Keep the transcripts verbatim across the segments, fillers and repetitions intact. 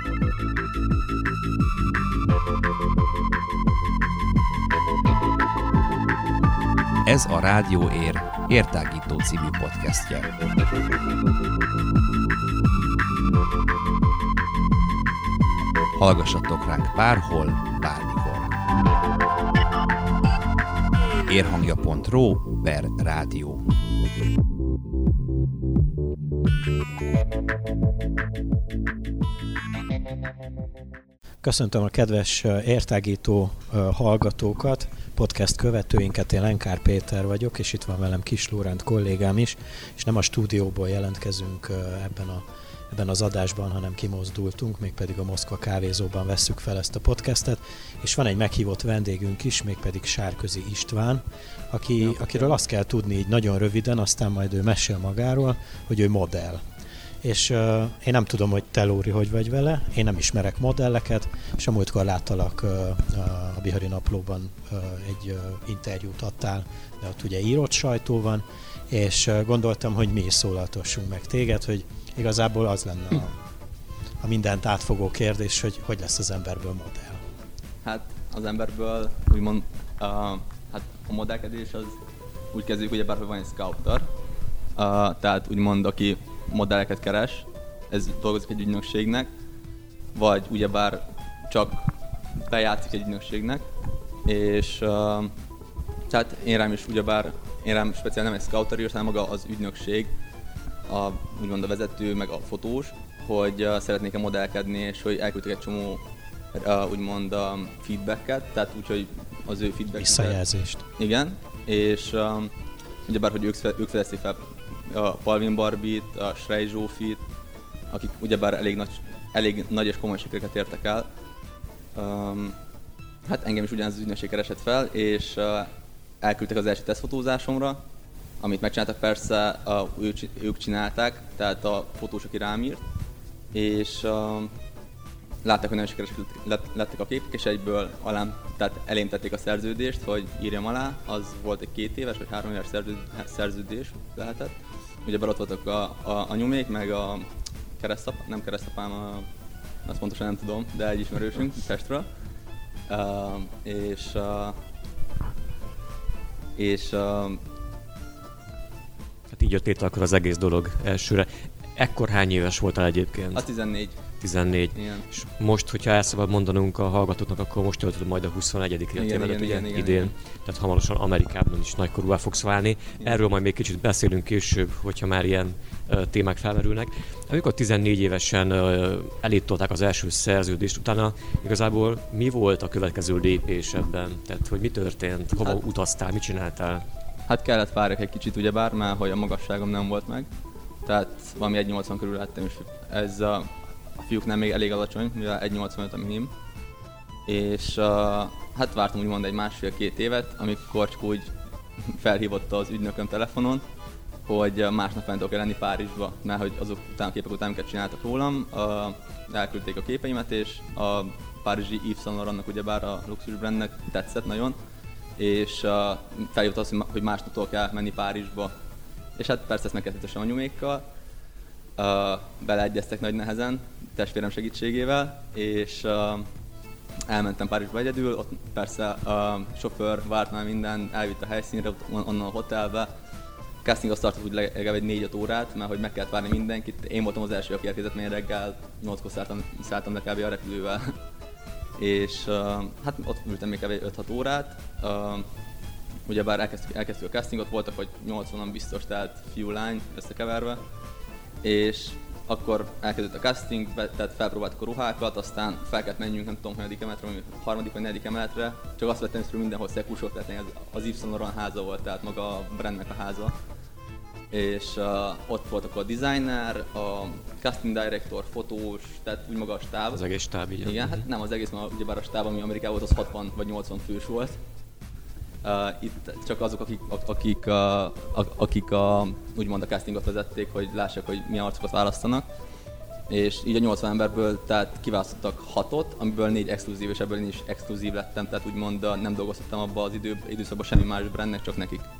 Ez a Rádió Ér Értágító című podcastje. Hallgassatok ránk bárhol, bármikor. érhangja pont ro per rádió. Köszöntöm a kedves értágító hallgatókat, podcast követőinket, én Lenkár Péter vagyok, és itt van velem Kis Lóránt kollégám is, és nem a stúdióból jelentkezünk ebben, a, ebben az adásban, hanem kimozdultunk, mégpedig a Moszkva kávézóban vesszük fel ezt a podcastet, és van egy meghívott vendégünk is, mégpedig Sárközi István, aki, akiről azt kell tudni így nagyon röviden, aztán majd ő mesél magáról, hogy ő modell. És uh, én nem tudom, hogy te, Lóri, hogy vagy vele, én nem ismerek modelleket, és a múltkor láttalak uh, a Bihari Naplóban uh, egy uh, interjút adtál, de ott ugye írott sajtó van, és uh, gondoltam, hogy mi is szólaltassunk meg téged, hogy igazából az lenne a, a mindent átfogó kérdés, hogy hogy lesz az emberből modell. Hát az emberből úgymond uh, hát a modellkedés az úgy kezdődik, hogy bár van egy scouter, uh, tehát úgymond aki modelleket keres, ez dolgozik egy ügynökségnek, vagy ugyebár csak bejátszik egy ügynökségnek, és uh, tehát én rám is ugyebár, én rám speciál nem egy scouter írt, hanem maga az ügynökség, a, úgymond a vezető, meg a fotós, hogy uh, szeretnék-e modellkedni, és hogy elküldtek egy csomó uh, úgymond uh, feedbacket, tehát úgyhogy az ő feedback visszajelzést. Igen, és uh, ugyebár, hogy ők, ők fedezték fel a Palvin Barbie-t, a Shrey Zsófit, akik ugyebár elég nagy, elég nagy és komoly sikereket értek el. Um, hát engem is ugyanaz az ügynökség keresett fel, és uh, elküldtek az első tesztfotózásomra, amit megcsináltak, persze uh, ők, ők csinálták, tehát a fotós, aki rám írt, és uh, látták, hogy nagyon sikeresek lettek a képek, és egyből alám, tehát elém tették a szerződést, hogy írjam alá. Az volt egy két éves vagy három éves szerződés lehetett. Ugyebár ott voltak a, a anyumék, meg a keresztapám, nem keresztapám, a, azt pontosan nem tudom, de egy ismerősünk Pestről. Uh, és uh, és uh, hát így jött létre akkor az egész dolog elsőre. Ekkor hány éves voltál egyébként? A tizennégy. tizennégy. Igen. És most, hogyha el szabad mondanunk a hallgatóknak, akkor most töltöd majd a huszonegyedik életévedet, ugye? Igen, idén. Igen. Tehát hamarosan Amerikában is nagykorúvá fogsz válni. Igen. Erről majd még kicsit beszélünk később, hogyha már ilyen uh, témák felmerülnek. Amikor tizennégy évesen uh, eléd tolták az első szerződést, utána igazából mi volt a következő lépés ebben? Tehát, hogy mi történt? Hova hát, utaztál? Mit csináltál? Hát kellett várjak egy kicsit, ugyebár, mert hogy a magasságom nem volt meg. Tehát valami egy nyolcvan körül lettem, és ez a, a fiúknál még elég alacsony, mivel egy nyolcvanöt a minim. És uh, hát vártam úgymond egy másfél-két évet, amikor csak úgy felhívott az ügynököm telefonon, hogy másnap fent tudok lenni Párizsba, mert hogy azok után a képek után, amiket csináltak rólam, uh, elküldték a képeimet, és a párizsi Yves Saint Laurentnak, ugyebár a luxus brandnek tetszett nagyon, és uh, felhívott azt, hogy másnap tudok elmenni Párizsba. És hát persze ezt megkezdődtem anyumékkal, uh, beleegyeztek nagy nehezen, testvérem segítségével, és uh, elmentem Párizsba egyedül, ott persze a sofőr várt már minden, elvitt a helyszínre, onnan a hotelbe. Casting azt tartott úgy legalább egy négy-öt órát, mert hogy meg kellett várni mindenkit. Én voltam az első, aki érkezett, mert én reggel nyolckor szálltam, szálltam le kb. A repülővel. És uh, hát ott ültem még kb. öt-hat órát. Uh, Ugyebár elkezdtük, elkezdtük a castingot, voltak, hogy nyolcvanan biztos, tehát fiú-lány összekeverve. És akkor elkezdődött a casting, tehát felpróbáltuk a ruhákat, aztán fel kellett menjünk, nem tudom, hanyadik emeletre, vagy harmadik vagy negyedik emeletre. Csak azt vettem észre, mindenhol szekusok, tehát az Yves Saint Laurent háza volt, tehát maga a brandnek a háza. És uh, ott voltak a designer, a casting director, fotós, tehát úgy maga a stáb. Az egész stáb, igen. Igen, hát nem az egész, mert ugyebár a stáb, ami Amerikában volt, az hatvan vagy nyolcvan fős volt. Uh, itt csak azok, akik, akik, uh, akik uh, úgymond a castingot vezették, hogy lássák, hogy milyen arcokat választanak. És így a nyolcvan emberből tehát kiválasztottak hatot, amiből négy exkluzív, és ebből én is exkluzív lettem, tehát úgymond uh, nem dolgoztattam abba az idő, időszakban semmi más brandnek, csak nekik.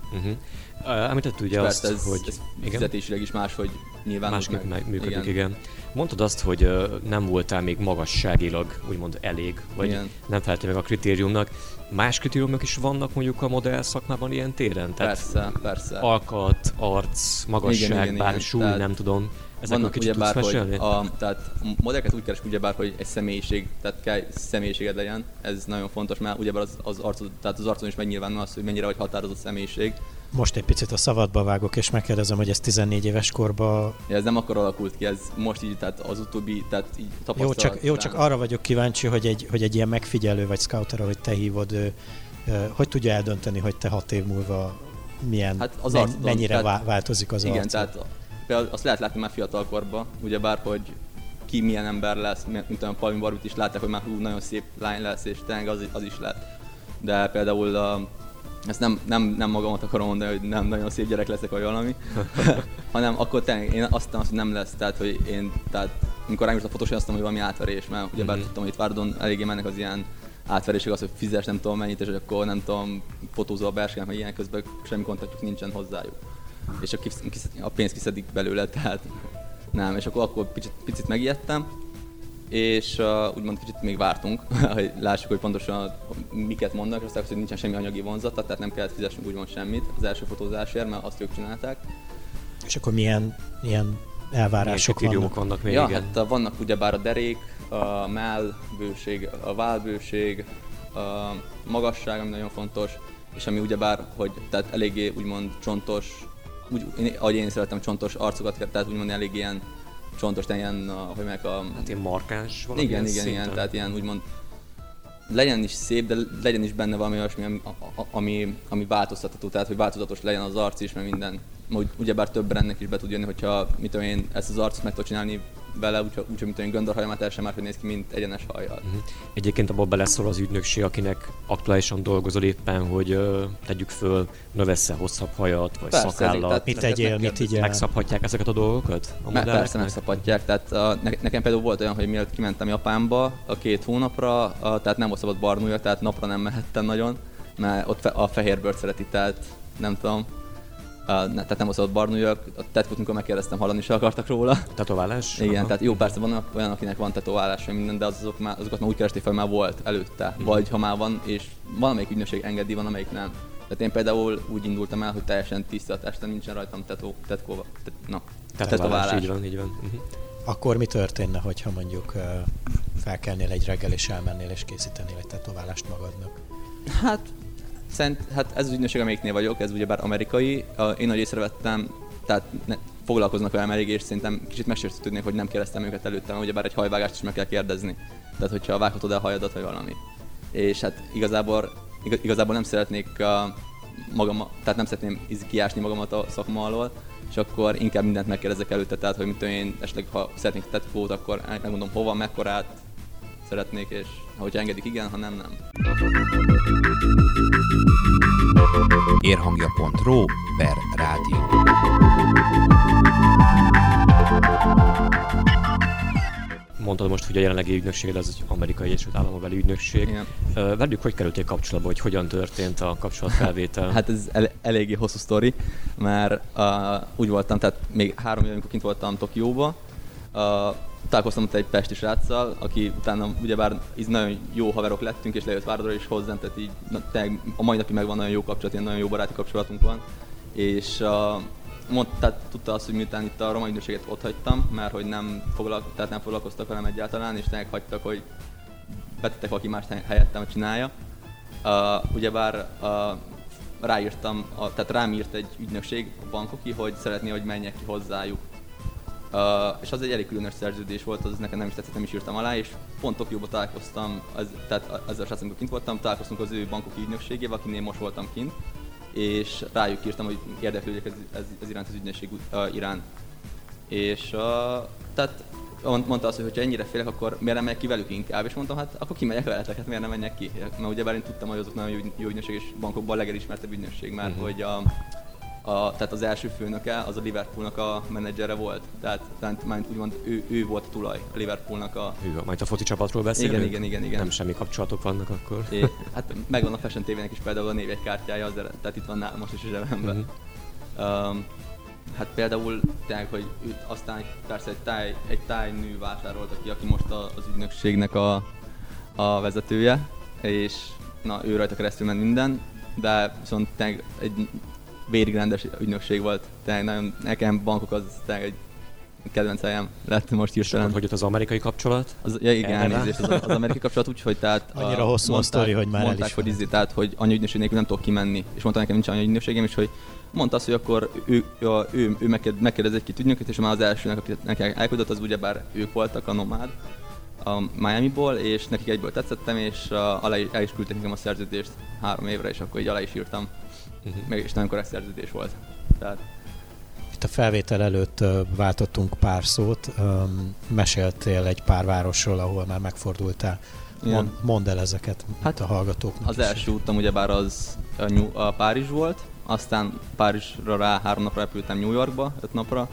Uh-huh. Említett ugye Persze azt, ez, hogy ez igen? fizetésileg is máshogy nyilván Másképp meg, működik, igen. igen. Mondtad azt, hogy uh, nem voltál még magasságilag úgymond elég, vagy Igen. nem feltél meg a kritériumnak. Más kritériumok is vannak mondjuk a modell szakmában ilyen téren? Tehát Persze, persze. alkat, arc, magasság, Igen, igen, bár igen. súly, Tehát nem tudom. Ezekről Vannak kicsit tudsz ugyebár, hogy mesélni? a, tehát modelleket úgy keresünk ugyebár, hogy egy személyiség, tehát kell személyiséged legyen, ez nagyon fontos, mert ugyebár az, az, arcod, tehát az arcon is megnyilvánul az, hogy mennyire vagy határozott személyiség. Most egy picit a szabadba vágok, és megkérdezem, hogy ez tizennégy éves korban... Ja, ez nem akkor alakult ki, ez most így, tehát az utóbbi, tehát így tapasztalat. Jó, csak, jó, csak arra vagyok kíváncsi, hogy egy, hogy egy ilyen megfigyelő vagy scouter, ahogy te hívod, ő, hogy tudja eldönteni, hogy te hat év múlva milyen, hát az men, arcodon, mennyire tehát, változik az igen, arcod? tehát például azt lehet látni már fiatalkorban, ugyebár, hogy ki milyen ember lesz, mint olyan Palmi Barbit is látták, hogy már hú, nagyon szép lány lesz, és tényleg az, az is lett. De például a, ezt nem, nem, nem magamat akarom mondani, hogy nem nagyon szép gyerek leszek, vagy valami, hanem akkor tényleg én azt azt, hogy nem lesz, tehát hogy én, tehát amikor rám a fotós, azt mondom, hogy valami átverés, mert ugyebár mm-hmm. tudtam, hogy itt Váradon eléggé mennek az ilyen átverések, az, hogy fizes nem tudom mennyit, és akkor nem tudom, fotózol a belsően, vagy ilyen közben semmi kontaktjuk nincsen hozzájuk. És a, kisz, kisz, a pénzt kiszedik belőle, tehát nem, és akkor, akkor picit, picit megijedtem, és uh, úgymond kicsit még vártunk, hogy lássuk, hogy pontosan miket mondanak, és aztán, hogy nincsen semmi anyagi vonzata, tehát nem kellett fizessünk úgymond semmit az első fotózásért, mert azt ők csinálták. És akkor milyen ilyen elvárások milyen vannak? vannak még, ja, igen. hát vannak ugyebár a derék, a mellbőség, a vállbőség, a magasság, ami nagyon fontos, és ami ugyebár, hogy tehát eléggé úgymond csontos, úgy, én, ahogy én szeretem csontos arcokat, tehát úgymond elég ilyen csontos, tehát ilyen, a, hogy meg a... Hát ilyen markáns valami igen, igen, szinten. igen, tehát ilyen úgymond legyen is szép, de legyen is benne valami olyasmi, ami, ami, ami változtatható, tehát hogy változatos legyen az arc is, mert minden, ugyebár több brandnek is be tud jönni, hogyha mit tudom én, ezt az arcot meg tudod csinálni vele, úgyhogy úgy, mint olyan göndörhajamat el sem már, hogy néz ki, mint egyenes hajjal. Uh-huh. Egyébként abban beleszól az ügynökség, akinek aktuálisan dolgozol éppen, hogy uh, tegyük föl, növessze hosszabb hajat, vagy persze, szakállat. Tehát mit tegyél, mit igyál? Megszabhatják ezeket a dolgokat? A Me- persze megszabhatják, tehát uh, ne- nekem például volt olyan, hogy mielőtt kimentem Japánba a két hónapra, uh, tehát nem volt szabad barnulja, tehát napra nem mehettem nagyon, mert ott fe- a fehérbőrt szereti, tehát nem tudom. Uh, ne, tehát nem hozott barnuljak, a tetkót, amikor megkérdeztem, hallani se akartak róla. Tetoválás? Igen, Aha. tehát jó, persze van olyan, akinek van tetoválás, vagy minden, de az azok már, azokat már úgy keresték fel, már volt előtte. Mm. Vagy ha már van, és van, amelyik ügynökség engedi, van, amelyik nem. Tehát én például úgy indultam el, hogy teljesen tiszta a testem, nincsen rajtam tetó, tetkóva, tet, na, tetoválás. tetoválás. Így van, így van. Uh-huh. Akkor mi történne, hogyha mondjuk uh, felkelnél egy reggel és elmennél és készítenél egy tetoválást magadnak? Hát, szerint, hát ez az ügynökség, amelyiknél vagyok, ez ugyebár amerikai. Én nagy észrevettem, tehát ne, foglalkoznak velem elég, és szerintem kicsit megsértődnék, hogy nem kérdeztem őket előtte, mert ugyebár egy hajvágást is meg kell kérdezni. Tehát, hogyha vághatod el hajadat, vagy valami. És hát igazából, igaz, igazából nem szeretnék uh, magam, tehát nem szeretném kiásni magamat a szakma alól, és akkor inkább mindent megkérdezek előtte, tehát, hogy mit tudom én, esetleg ha szeretnék tetkót, akkor megmondom hova, mekkorát szeretnék, és hogyha engedik, igen, ha nem, nem. érhangja pont ro per rádió. Mondtad most, hogy a jelenlegi ügynökség az egy amerikai Egyesült Államokbeli ügynökség. Igen. Velük hogy kerültél kapcsolatba, hogy hogyan történt a kapcsolatfelvétel? Hát ez el- eléggé hosszú sztori, mert uh, úgy voltam, tehát még három év, amikor kint voltam Tokióba, uh, találkoztam ott egy pesti sráccal, aki utána ugyebár így nagyon jó haverok lettünk, és lejött Váradra is hozzám, tehát így na, a mai napig megvan nagyon jó kapcsolat, ilyen nagyon jó baráti kapcsolatunk van. És uh, mond, tehát tudta azt, hogy miután itt a roma ügynökséget ott hagytam, mert hogy nem, foglalko- tehát nem foglalkoztak velem egyáltalán, és tényleg hagytak, hogy betettek valaki más helyettem, hogy csinálja. Uh, ugyebár uh, ráírtam, a, tehát rám írt egy ügynökség, a Bankoki, hogy szeretné, hogy menjek ki hozzájuk. Uh, és az egy elég különös szerződés volt, az nekem nem is tetszett, nem is írtam alá, és pont Tokióba találkoztam, az, tehát ezzel a sráccal, amikor kint voltam, találkoztunk az ő Bankoki ügynökségével, akinél most voltam kint, és rájuk írtam, hogy érdeklődjek ez, ez, ez iránt az ügynökség uh, iránt. És uh, tehát mondta azt, hogy ha ennyire félek, akkor miért nem megyek ki velük inkább, és mondtam, hát akkor kimegyek veletek, hát miért nem menjek ki. Mert ugyebár én tudtam, hogy azok nagyon jó, jó ügynökség, és Bankokban a legelismertebb ügynökség, mert uh-huh. hogy a, a, tehát az első főnöke az a Liverpoolnak a menedzsere volt. Tehát, tehát már úgymond ő, ő volt a tulaj a Liverpoolnak a... Ő, majd a foci csapatról beszélünk? Igen, igen, igen, igen. Nem semmi kapcsolatok vannak akkor. É, hát megvan a Fashion té vének is például a névjegykártyája, az, tehát itt van nálam most is a zsebemben. Mm-hmm. Um, hát például tényleg, hogy ő, aztán persze egy táj, egy tájnő vásárolta ki, aki most a, az ügynökségnek a, a vezetője, és na, ő rajta keresztül ment minden, de viszont tényleg egy vérig rendes ügynökség volt. Tényleg nagyon, nekem bankok az tényleg egy kedvenc helyem lett most hirtelen. Hogy ott az amerikai kapcsolat? Az, ja, igen, elnézést, az, az amerikai kapcsolat úgy, hogy tehát... Annyira hosszú a sztori, hogy már mondták, el is hogy izé, tehát, hogy anyaügynökség nélkül nem tudok kimenni. És mondta nekem, nincs anyaügynökségem, és hogy mondta azt, hogy akkor ő, ő, ő, ő megkérdez egy-két ügynököt, és már az elsőnek, akit nekem elküldött, az ugyebár ők voltak, a Nomád a Miamiból, és nekik egyből tetszettem, és uh, alá, el is küldtek nekem a szerződést három évre, és akkor így alá is írtam. Uh-huh. Meg, és nagyon korrekt szerződés volt. Tehát... Itt a felvétel előtt uh, váltottunk pár szót, um, meséltél egy pár városról, ahol már megfordultál. Mond, mondd el ezeket hát a hallgatóknak. Az is. Első útam ugyebár az a, New, a Párizs volt, aztán Párizsra rá három napra repültem New Yorkba, öt napra.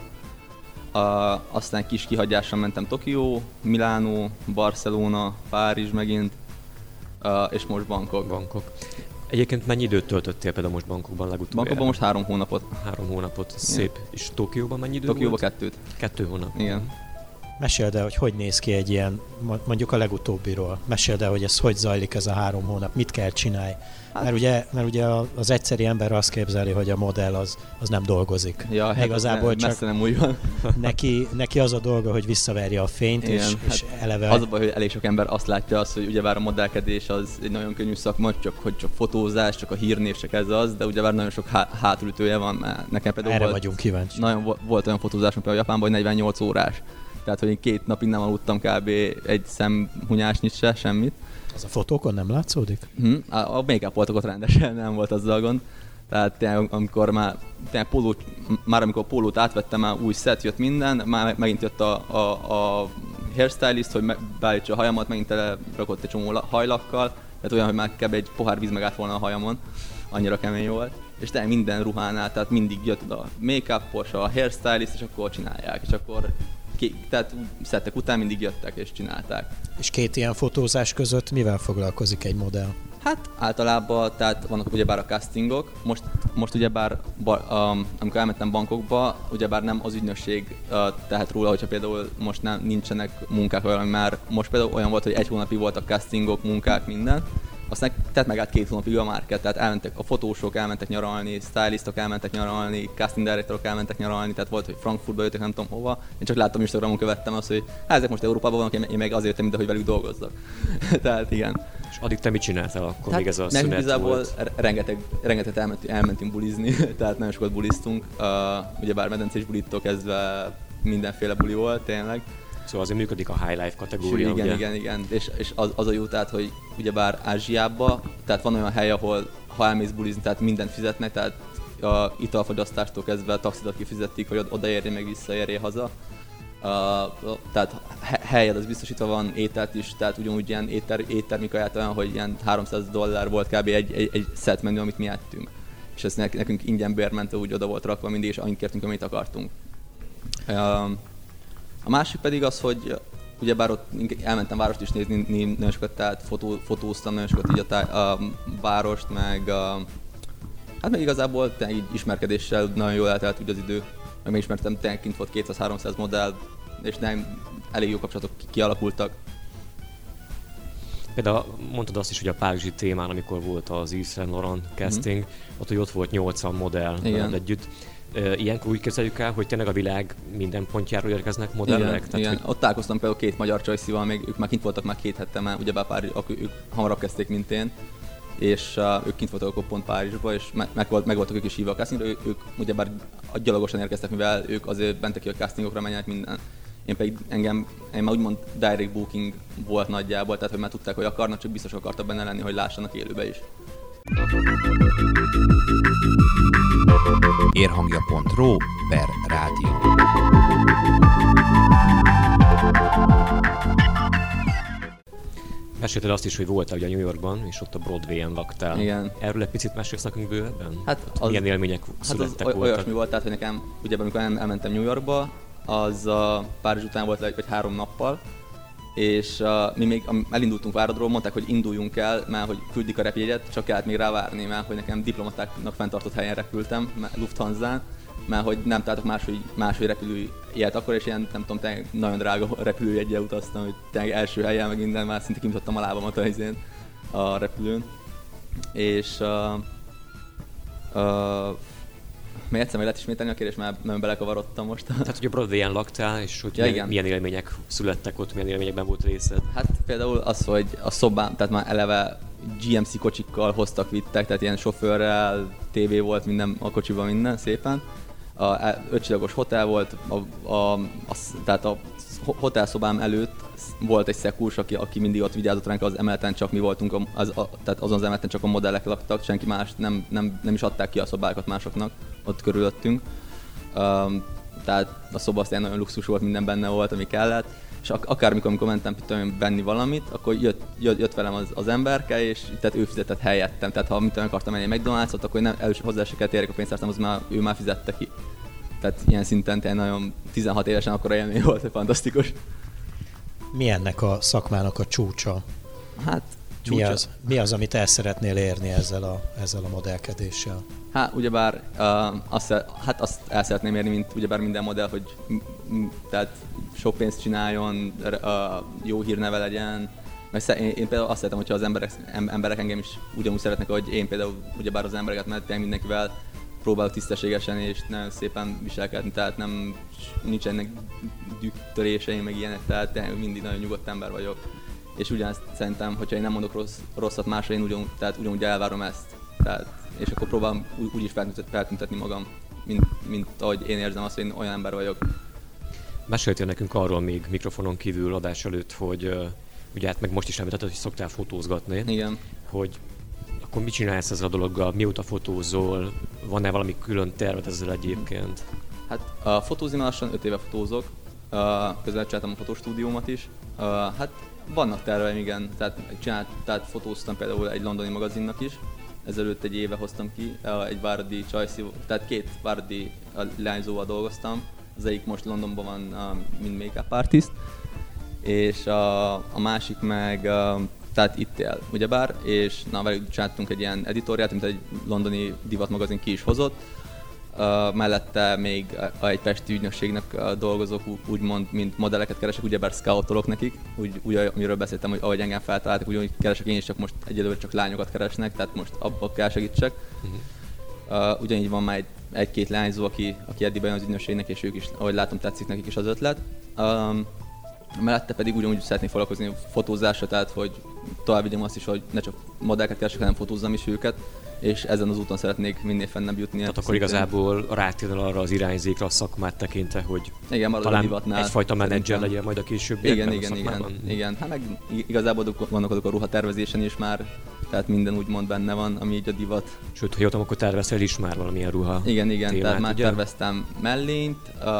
Uh, aztán kis kihagyásra mentem Tokió, Milánó, Barcelona, Párizs megint, uh, és most Bangkok. Bangkok. Egyébként mennyi időt töltöttél például most Bangkokban legutóbb? Bangkokban most három hónapot. Három hónapot, szép. Igen. És Tokióban mennyi idő Tokióban volt? kettőt. Kettő hónap. Igen. Meséld el, hogy hogy néz ki egy ilyen, mondjuk a legutóbbiról. Meséld el, hogy ez hogy zajlik ez a három hónap, mit kell csinálni. Hát, mert, ugye, mert ugye az egyszeri ember azt képzeli, hogy a modell az, az nem dolgozik. Ja, hát igazából csak messze nem úgy van. neki, neki az a dolga, hogy visszaverje a fényt, igen, és, hát és eleve... Az a baj, hogy elég sok ember azt látja azt, hogy ugyebár a modellkedés az egy nagyon könnyű szakma, csak, hogy csak fotózás, csak a hírnév, csak ez az, de ugyebár nagyon sok há- hátulütője van, mert nekem például erre volt, vagyunk kíváncsi. Nagyon volt olyan fotózásom például Japánban, hogy negyvennyolc órás. Tehát, hogy én két napig nem aludtam kb. Egy szemhunyásnyit se, semmit. Az a fotókon nem látszódik? Hm, a, a make-up voltak ott rendesen, nem volt azzal gond. Tehát tényleg, amikor már, tényleg pólót, már amikor a pólót átvettem, már új set jött minden, már megint jött a, a, a hairstylist, hogy beállítsa a hajamat, megint telerakott egy csomó hajlakkal, tehát olyan, hogy már kb. Egy pohár víz megállt volna a hajamon, annyira kemény volt. És tényleg minden ruhánál, tehát mindig jött a make-upos, a hairstylist, és akkor csinálják, és akkor Ki, tehát szettek után mindig jöttek és csinálták. És két ilyen fotózás között mivel foglalkozik egy modell? Hát általában, tehát vannak ugyebár a castingok. Most, most ugyebár, um, amikor elmentem Bangkokba, ugyebár nem az ügynökség uh, tehet róla, hogyha például most nem, nincsenek munkák, olyan, már most például olyan volt, hogy egy hónapig voltak castingok, munkák, minden. Aztán tett meg át két hónapig a márket, tehát elmentek a fotósok, elmentek nyaralni, stylistok elmentek nyaralni, casting directorok elmentek nyaralni, tehát volt, hogy Frankfurtba jöttek, nem tudom hova. Én csak láttam Instagramon, követtem azt, hogy hát ezek most Európában vannak, én meg azért jöttem ide, hogy velük dolgozzak. Tehát igen. És addig te mit csináltál akkor, tehát még ez a szünet volt? rengeteg, rengeteg elment, elmentünk bulizni, tehát nagyon sokat buliztunk. Uh, ugyebár medencés bulitól kezdve mindenféle buli volt tényleg. Szóval azért működik a high life kategória, igen, ugye? Igen, igen, és, és az, az a jó, tehát, hogy ugyebár Ázsiában, tehát van olyan hely, ahol ha elmész bulizni, tehát mindent fizetnek, tehát a italfogyasztástól kezdve a taxidat kifizették, hogy odaérjél, meg visszaérjél haza. Uh, tehát helyed az biztosítva van, ételt is, tehát ugyanúgy ilyen éter, éttermi kaját olyan, hogy ilyen háromszáz dollár volt kb. egy, egy, egy set menü, amit mi ettünk. És ez nekünk ingyen bérmentő úgy oda volt rakva mindig, és annyit kértünk, amit akartunk. Uh, A másik pedig az, hogy ugyebár ott elmentem várost is nézni, nagyon sokat, tehát fotó, fotóztam nagyon sokat így a, táj, a várost, meg a, hát meg igazából tényleg így ismerkedéssel nagyon jól eltelt úgy az idő. Meg megismertem, tényleg kint volt kétszáz-háromszáz modell, és nem elég jó kapcsolatok kialakultak. Például mondtad azt is, hogy a párizsi témán, amikor volt az Yves Saint Laurent casting, mm-hmm. ott, hogy ott volt nyolcvan modell együtt. Ilyenkor úgy kezeljük el, hogy tényleg a világ minden pontjáról érkeznek modellek? Igen, Tehát, igen. Hogy... Ott találkoztam például két magyar csajszival, még ők már kint voltak már két hete, már ugyebár Párizs, ők hamarabb kezdték, mint én, és uh, ők kint voltak akkor pont Párizsba, és meg, meg, volt, meg voltak ők is hívva a castingra, ők, ők ugyebár gyalogosan érkeztek, mivel ők azért bentek ki a castingokra, menjenek minden. Én pedig engem, én már úgymond direct booking volt nagyjából, tehát hogy már tudták, hogy akarnak, csak biztos akartak benne lenni, hogy lássanak élőbe is. érhangja pont ro per rádió. Mesélted azt is, hogy voltál ugye New Yorkban, és ott a Broadway-en laktál. Igen. Erről egy picit mesélsz nekünk bővebben? Hát az, milyen élmények hát születtek az voltak? olyasmi volt, tehát hogy nekem, ugye amikor elmentem New Yorkba, az a Párizs után volt egy vagy három nappal, és uh, mi még elindultunk Váradról, mondták, hogy induljunk el, mert hogy küldik a repjegyet, csak kellett még rávárni, mert hogy nekem diplomatáknak fenntartott helyen repültem, Lufthansa-n, mert hogy nem találtak máshogy, máshogy repülőjegyet akkor, és ilyen nem tudom, tényleg nagyon drága repülőjeggyel utaztam, hogy tényleg első helyen, meg minden, már szinte kimutattam a lábamat a, izén, a repülőn. És uh, uh, még egyszer meg lehet ismételni a kérdést, mert nem belekavarodtam most. Tehát, hogy a Broadway-en laktál, és hogy ja, milyen, milyen élmények születtek ott, milyen élményekben volt részed? Hát például az, hogy a szobám, tehát már eleve gé em cé kocsikkal hoztak, vittek, tehát ilyen sofőrrel, tévé volt minden a kocsiban, minden szépen. A ötcsillagos hotel volt, a, a, a, tehát a hotelszobám előtt volt egy szekúrs, aki, aki mindig ott vigyázott ránk, az emeleten csak mi voltunk, az, a, tehát azon az emeleten csak a modellek laktak, senki más nem, nem, nem is adták ki a szobákat másoknak ott körülöttünk. Um, tehát a szoba aztán nagyon luxus volt, minden benne volt, ami kellett. És ak- akármikor, amikor mentem tudom, venni valamit, akkor jött, jött, jött velem az, az emberke, és tehát ő fizetett helyettem. Tehát ha mit akartam menni egy McDonald's-ot, akkor nem, először hozzá se kellett érjek a pénztárcám, az már, ő már fizette ki. Tehát ilyen szinten tényleg nagyon tizenhat évesen akkora élmény volt, hogy fantasztikus. Mi ennek a szakmának a csúcsa? Hát csúcsa. Mi az, mi az amit el szeretnél érni ezzel a, ezzel a modellkedéssel? Hát ugyebár uh, azt, hát azt el szeretném érni, mint ugyebár minden modell, hogy m- m- tehát sok pénzt csináljon, uh, jó hírneve legyen. Meg én, én például azt szeretem, hogyha az emberek, emberek engem is ugyanúgy szeretnek, hogy én például ugyebár az embereket, mert tényleg mindenkivel próbálok tisztességesen és nagyon szépen viselkedni, tehát nem, nincsenek dühtöréseim, meg ilyenek, tehát mindig nagyon nyugodt ember vagyok. És ugyanezt szerintem, hogyha én nem mondok rossz, rosszat másra, én ugyan, tehát ugyanúgy elvárom ezt. Tehát, és akkor próbálom úgy is feltüntetni magam, mint, mint ahogy én érzem azt, hogy én olyan ember vagyok. Meséltél nekünk arról még mikrofonon kívül adás előtt, hogy uh, ugye hát meg most is említetted, hogy szoktál fotózgatni. Igen. Hogy akkor mit csinálsz ezzel a dologgal? Mióta fotózol? Van-e valami külön terved ezzel egyébként? Hát a fotózni már lassan öt éve fotózok. Uh, közben csináltam a fotostúdiómat is. Uh, hát vannak terveim, igen. Tehát, csinált, tehát fotóztam például egy londoni magazinnak is. Ezelőtt egy éve hoztam ki uh, egy váradi csajszi, tehát két váradi lányzóval dolgoztam. Az egyik most Londonban van, uh, mint make-up artist. És a, a másik meg uh, tehát itt él, ugyebár, és na, velük csináltunk egy ilyen editoriát, amit egy londoni divatmagazin ki is hozott. Uh, mellette még egy pesti ügynökségnek uh, dolgozok, úgymond, mint modelleket keresek, ugyebár scoutolok nekik, úgy, úgy, amiről beszéltem, hogy ahogy engem feltaláltak, ugyanúgy keresek én is, csak most egyelőre csak lányokat keresnek, tehát most abba kell segítsek. Uh-huh. Uh, ugyanígy van már egy, egy-két lányzó, aki, aki eddig bejön az ügynökségnek, és ők is, ahogy látom, tetszik nekik is az ötlet. Um, Mellette pedig ugyanúgy szeretnék foglalkozni a fotózásra, tehát hogy tovább vigyem azt is, hogy ne csak modelleket keresek, hanem fotózzam is őket, és ezen az úton szeretnék minél fennebb jutni. Tehát akkor szintén igazából rátérnél arra az irányzékra, a szakmát tekintve, hogy igen, talán egyfajta menedzser legyen majd a későbbiekben. Igen, igen, igen, igen. Hát meg igazából vannak azok a ruhatervezésen is már, tehát minden úgymond benne van, ami így a divat. Sőt, ha jöttem, akkor tervezel is már valamilyen ruha Igen, igen, témát, tehát már ugye? terveztem mellényt,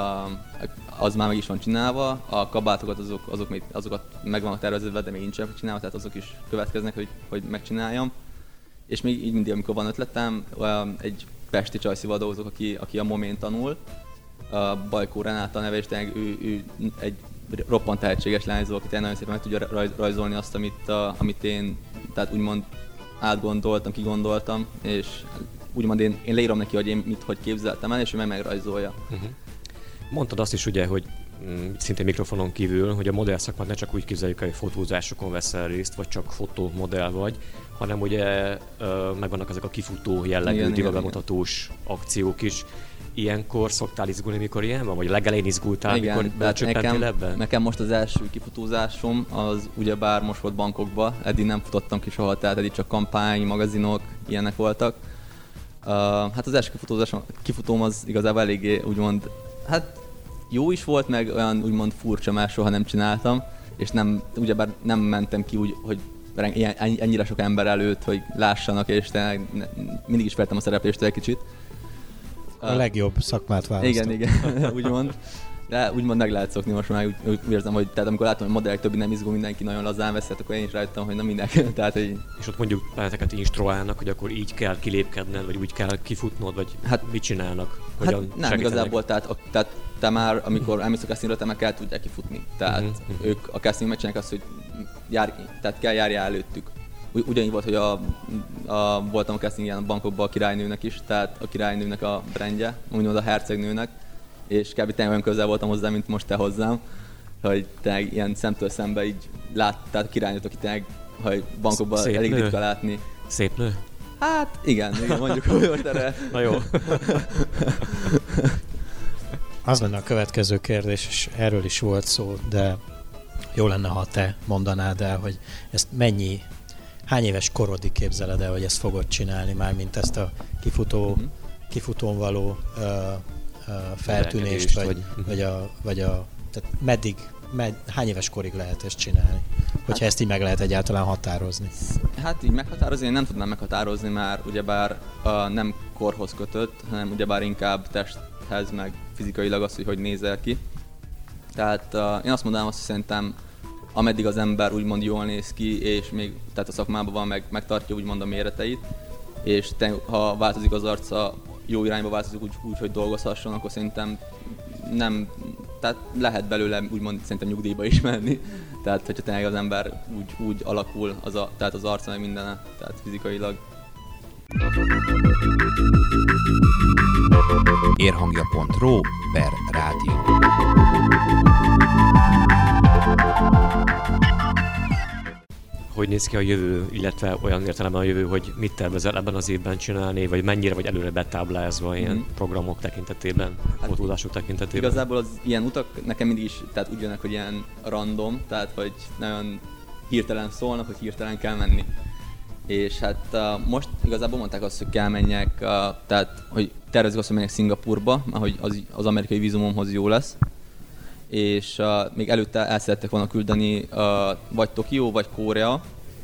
az már meg is van csinálva, a kabátokat azok, azok még, azokat meg vannak tervezve, de még nincsenek csinálva, tehát azok is következnek, hogy, hogy megcsináljam. És még így mindig, amikor van ötletem, egy pesti csajszival dolgozok, aki, aki a Momén tanul, Bajkó Renáta neve, és tényleg ő, ő egy roppant tehetséges lányzó, aki tényleg nagyon szépen meg tudja rajzolni azt, amit, amit én, tehát úgymond átgondoltam, kigondoltam, és úgymond én, én leírom neki, hogy én mit, hogy képzeltem el, és ő meg megrajzolja. Uh-huh. Mondtad azt is ugye, hogy szintén mikrofonon kívül, hogy a modell szakmát ne csak úgy képzeljük, hogy fotózásokon veszel részt, vagy csak fotómodell vagy, hanem ugye megvannak ezek a kifutó jellegű, divatbemutatós akciók is. Ilyenkor szoktál izgulni, mikor ilyen van? Vagy legelején izgultál, igen, mikor belecsöppentél ebben? Nekem most az első kifutózásom az ugyebár most volt Bangkokba, eddig nem futottam ki soha, tehát eddig csak kampány, magazinok, ilyenek voltak. Uh, hát az első kifutózásom, kifutóm az igazából eléggé úgymond, hát jó is volt, meg olyan úgymond furcsa, mert soha nem csináltam, és nem, ugyebár nem mentem ki úgy, hogy ennyire sok ember előtt, hogy lássanak, és tényleg mindig is feltem a szereplést egy kicsit. A legjobb szakmát választott. Igen, igen, úgymond. De úgymond meg lehet szokni most már, úgy, úgy érzem, hogy tehát amikor látom, hogy modellek többi nem izgul, mindenki nagyon lazán vesz, akkor én is rájöttem, hogy nem mindenki. Tehát, hogy... És ott mondjuk benneteket instruálnak, hogy akkor így kell kilépkedned, vagy úgy kell kifutnod, vagy hát, mit csinálnak? Hogyan hát nem igazából, tehát, a, tehát te már, amikor elmész a castingra, te már kell tudják kifutni. Tehát uh-huh. ők a casting megcsinálják azt, hogy jár, tehát kell járjál előttük. Ugyanígy volt, hogy a, a, voltam a castingjen a Bangkokban a királynőnek is, tehát a királynőnek a brandje, úgymond a hercegnőnek, és kb. Tényleg olyan közel voltam hozzá, mint most te hozzám, hogy tényleg ilyen szemtől szembe így lát, tehát a királynőt, aki tényleg, hogy Bangkokban elég ritka látni. Szép nő? Hát igen, igen mondjuk, hogy most erre. Na jó. Az lenne a következő kérdés, és erről is volt szó, de jó lenne, ha te mondanád el, hogy ezt mennyi, hány éves korodig képzeled el, hogy ezt fogod csinálni, mármint ezt a kifutó, mm-hmm. kifutón való uh, uh, feltűnést, vagy, vagy, vagy, a, vagy a, tehát meddig, med, hány éves korig lehet ezt csinálni, hogyha hát, ezt így meg lehet egyáltalán határozni? Hát így meghatározni, én nem tudnám meghatározni, már ugyebár uh, nem korhoz kötött, hanem ugyebár inkább testhez, meg fizikailag az, hogy hogy nézel ki. Tehát uh, én azt mondanám, azt, hogy szerintem ameddig az ember úgymond jól néz ki, és még tehát a szakmában van, meg, megtartja úgymond a méreteit, és te, ha változik az arca, jó irányba változik úgy, úgy, hogy dolgozhasson, akkor szerintem nem, tehát lehet belőle úgymond szerintem nyugdíjba is menni. Tehát, hogyha tényleg az ember úgy, úgy alakul, az a, tehát az arca meg mindene, tehát fizikailag. érhangja pont ro per rádió. Hogy néz ki a jövő, illetve olyan értelemben a jövő, hogy mit tervezel ebben az évben csinálni, vagy mennyire vagy előre betáblázva ilyen mm. programok tekintetében, hát fotózások tekintetében? Igazából az ilyen utak nekem mindig is, tehát úgy jönnek, hogy ilyen random, tehát hogy nagyon hirtelen szólnak, hogy hirtelen kell menni. És hát uh, most igazából mondták azt, hogy kell menjek, uh, tehát hogy tervezik azt, hogy menjek Szingapurba, ahogy az, az amerikai vízumomhoz jó lesz. És uh, még előtte el szerettek volna küldeni uh, vagy Tokió, vagy Korea,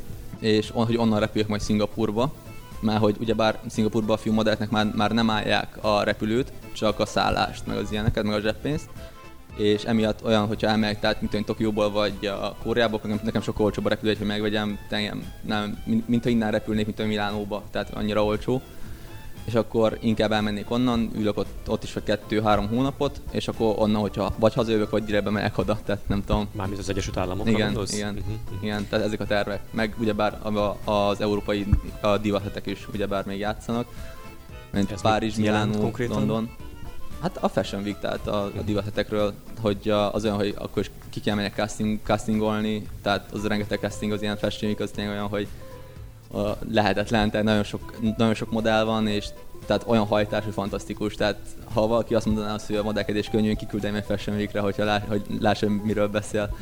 és on, hogy onnan repüljek majd Szingapurba, mert hogy ugyebár Szingapurban a filmmodelleknek már, már nem állják a repülőt, csak a szállást, meg az ilyeneket, meg a zseppénzt. És emiatt olyan, hogyha elmegyek, tehát mint olyan Tokióból vagy a Koreából, nekem, nekem sokkal olcsóbb a repülő, hogy megvegyem, nem, nem, mint, mint ha innen repülnék, mint a Milánóba, tehát annyira olcsó. És akkor inkább elmennék onnan, ülök ott, ott is vagy kettő-három hónapot, és akkor onnan, hogyha vagy hazajövök, vagy direkt megyek oda, tehát nem tudom. Mármint az Egyesült Államokra igen, gondolsz? Igen, uh-huh. igen, tehát ezek a tervek. Meg ugyebár az európai divathetek is ugyebár még játszanak, mint ez Párizs, Milánó, London. Hát a Fashion Week, tehát a, a divathetekről, hogy az olyan, hogy akkor is ki kell menjek casting, castingolni, tehát az rengeteg casting az ilyen Fashion Week, az tényleg olyan, hogy uh, lehetetlen, tehát nagyon sok, nagyon sok modell van, és tehát olyan hajtás, hogy fantasztikus, tehát ha valaki azt mondaná azt, hogy a modellkedés könnyű, én kiküldem egy Fashion Weekre, hogyha lá, hogy lássam, miről beszél.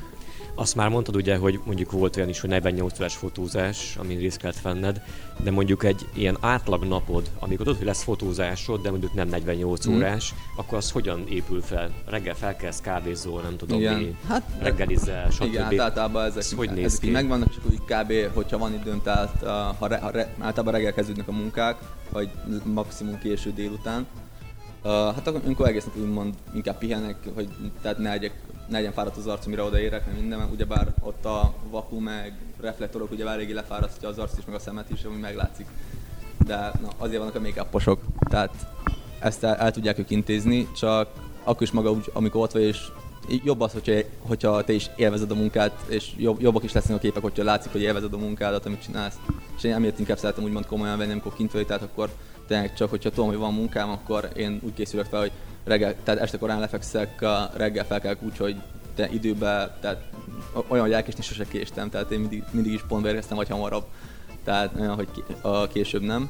Azt már mondtad ugye, hogy mondjuk volt olyan is, hogy negyvennyolc órás fotózás, amin részt kellett venned, de mondjuk egy ilyen átlag napod, amikor tudod, hogy lesz fotózásod, de mondjuk nem negyvennyolc mm. órás, akkor az hogyan épül fel? Reggel felkelsz, kávézol, nem tudom igen. mi, hát, reggelizel, stb. Igen, hát általában ezek, ez hogy néz ezek ki? megvannak, csak úgy kb. Hogyha van időm, tehát uh, ha, re, ha re, általában reggel kezdődnek a munkák, vagy maximum késő délután. Uh, hát akkor egész nap úgymond inkább pihenek, hogy tehát ne legyek, ne legyen fáradt az arcom, mire odaérek, meg minden, mert ugyebár ott a vaku meg reflektorok ugye eléggé lefárasztja az arcot is, meg a szemet is, ami meglátszik. De na, azért vannak a make-uposok, tehát ezt el, el tudják ők intézni, csak akkor is maga úgy, amikor ott vagy, és jobb az, hogyha, hogyha te is élvezed a munkát, és jobb, jobbak is lesznek a képek, hogyha látszik, hogy élvezed a munkádat, amit csinálsz. És én emiatt inkább szeretem úgymond komolyan venni, amikor kint vagy, tehát akkor tényleg csak, hogyha tudom, hogy van munkám, akkor én úgy készülök fel, hogy reggel, tehát este korán lefekszek, reggel felkelek úgy, hogy te időben, tehát olyan, hogy elkésni sose késtem, tehát én mindig, mindig is pont érkeztem, vagy hamarabb, tehát olyan, hogy később nem.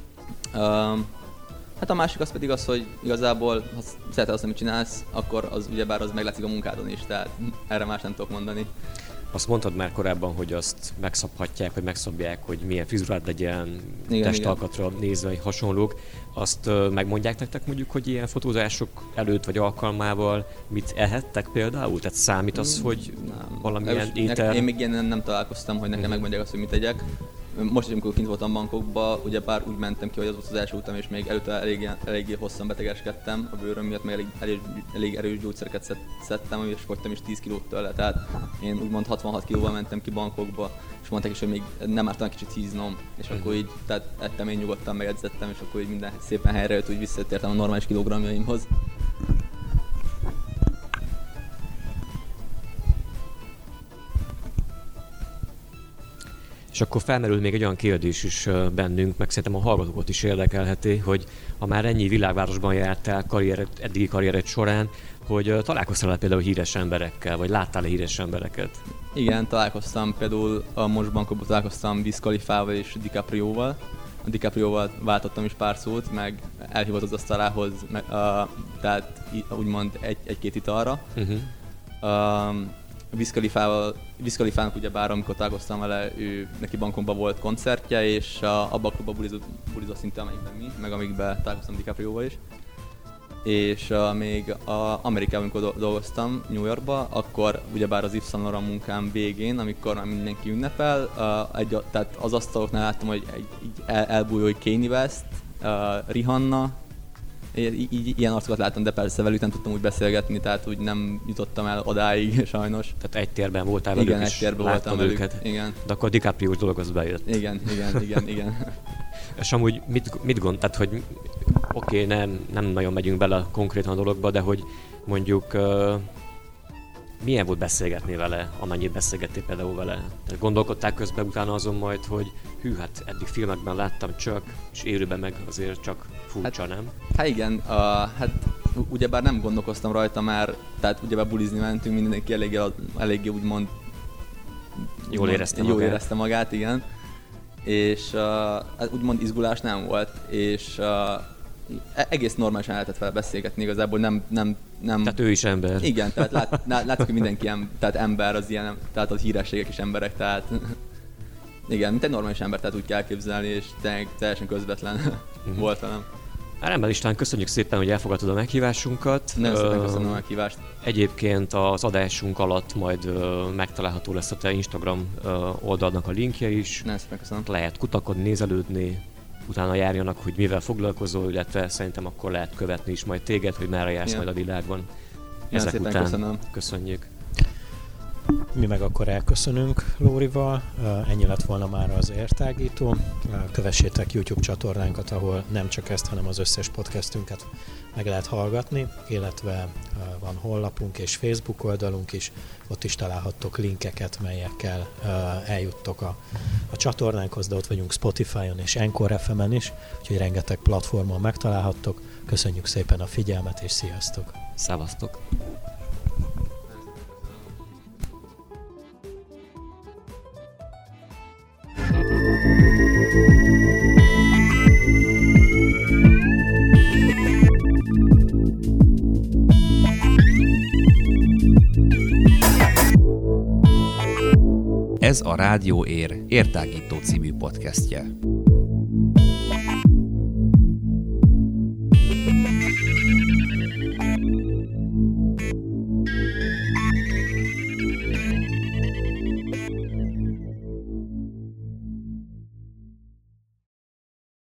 Um, hát a másik az pedig az, hogy igazából, ha szereted azt, amit csinálsz, akkor az ugyebár az meglátszik a munkádon is, tehát erre más nem tudok mondani. Azt mondtad már korábban, hogy azt megszabhatják, vagy megszabják, hogy milyen frizurát legyen, igen, testalkatra igen. nézve, vagy hasonlók. Azt uh, megmondják nektek mondjuk, hogy ilyen fotózások előtt vagy alkalmával mit ehettek például? Tehát számít az, hogy nem. valamilyen étel... Én még ilyen nem találkoztam, hogy nekem mm. megmondják azt, hogy mit tegyek. most is, amikor kint voltam Bangkokban, ugyebár úgy mentem ki, hogy az volt az első utam, és még előtte elég, eléggé hosszan betegeskedtem a bőröm miatt, meg elég, elég, elég erős gyógyszereket szedtem, és fogytam is tíz kilót tőle, tehát én úgymond hatvanhat kilóval mentem ki Bangkokba, és mondták is, hogy még nem ártam kicsit híznom, és mm. akkor így, tehát ettem én nyugodtan, megedzettem, és akkor így minden szépen helyre jött, úgy visszatértem a normális kilogramjaimhoz. És akkor felmerül még egy olyan kérdés is bennünk, meg szerintem a hallgatókat is érdekelheti, hogy ha már ennyi világvárosban jártál karriered, eddigi karriered során, hogy találkoztál például híres emberekkel, vagy láttál-e híres embereket? Igen, találkoztam például a most Bangkokban találkoztam Wiz Khalifával és DiCaprioval. A DiCaprioval váltottam is pár szót, meg elhívott az asztalához, meg, uh, tehát úgymond egy, egy-két italra. Uh-huh. Um, Wiz Khalifával, Wiz Khalifának ugyebár, amikor találkoztam vele, ő, neki Bangkokban volt koncertje, és uh, abban a klubban bulizott, bulizott szinte, amelyikben mi, meg amikben találkoztam DiCaprioval is. És uh, még uh, Amerikában, amikor dolgoztam, New Yorkban, akkor ugyebár az Yves Saint Laurent munkám végén, amikor már mindenki ünnepel, uh, egy, tehát az asztaloknál láttam, hogy egy, így el, elbújó, hogy Kanye West, uh, Rihanna, Így, így, ilyen arcokat láttam, de persze velük nem tudtam úgy beszélgetni, tehát úgy nem jutottam el odáig sajnos. Tehát egy térben voltál velük, igen, egy térben voltam velük, őket. Igen. De akkor a DiCaprio-s dolog az bejött. Igen, igen, igen, igen. És amúgy mit, mit gond, tehát hogy oké, okay, nem, nem nagyon megyünk bele konkrétan a dologba, de hogy mondjuk uh, milyen volt beszélgetni vele, amennyit beszélgettél például vele? Tehát gondolkodtál közben utána azon majd, hogy hű, hát eddig filmekben láttam csak, és élőben meg azért csak furcsa, hát, nem? Hát igen, uh, hát ugyebár nem gondolkoztam rajta már, tehát ugyebár bulizni mentünk, mindenki eléggé, eléggé úgymond jól érezte jól magát. érezte magát, igen. És uh, hát úgymond izgulás nem volt, és uh, egész normálisan lehetett vele beszélgetni, igazából nem, nem, nem... Tehát ő is ember. Igen, tehát lát, látszik, hogy mindenki em, tehát ember, az ilyen, tehát az hírességek is emberek, tehát igen, mint egy normális ember, tehát úgy kell elképzelni, és teljesen közvetlen uh-huh. volt velem. Rendben, István, köszönjük szépen, hogy elfogadtad a meghívásunkat. Nagyon szépen köszönöm a meghívást. Egyébként az adásunk alatt majd uh, megtalálható lesz a te Instagram uh, oldalnak a linkje is. Nagyon szépen köszönöm. Lehet kutakodni, nézelődni, utána járjanak, hogy mivel foglalkozol, illetve szerintem akkor lehet követni is majd téged, hogy merre jársz majd a világban. Ezek szépen után köszönöm. Köszönjük. Mi meg akkor elköszönünk Lórival, ennyi lett volna már az értágító. Kövessétek YouTube csatornánkat, ahol nem csak ezt, hanem az összes podcastünket meg lehet hallgatni, illetve van honlapunk és Facebook oldalunk is, ott is találhattok linkeket, melyekkel eljuttok a, a csatornánkhoz, de ott vagyunk Spotify-on és Anchor ef emen is, úgyhogy rengeteg platformon megtalálhattok. Köszönjük szépen a figyelmet, és sziasztok! Szevasztok! Ez a Rádió Ér értágító című podcastje.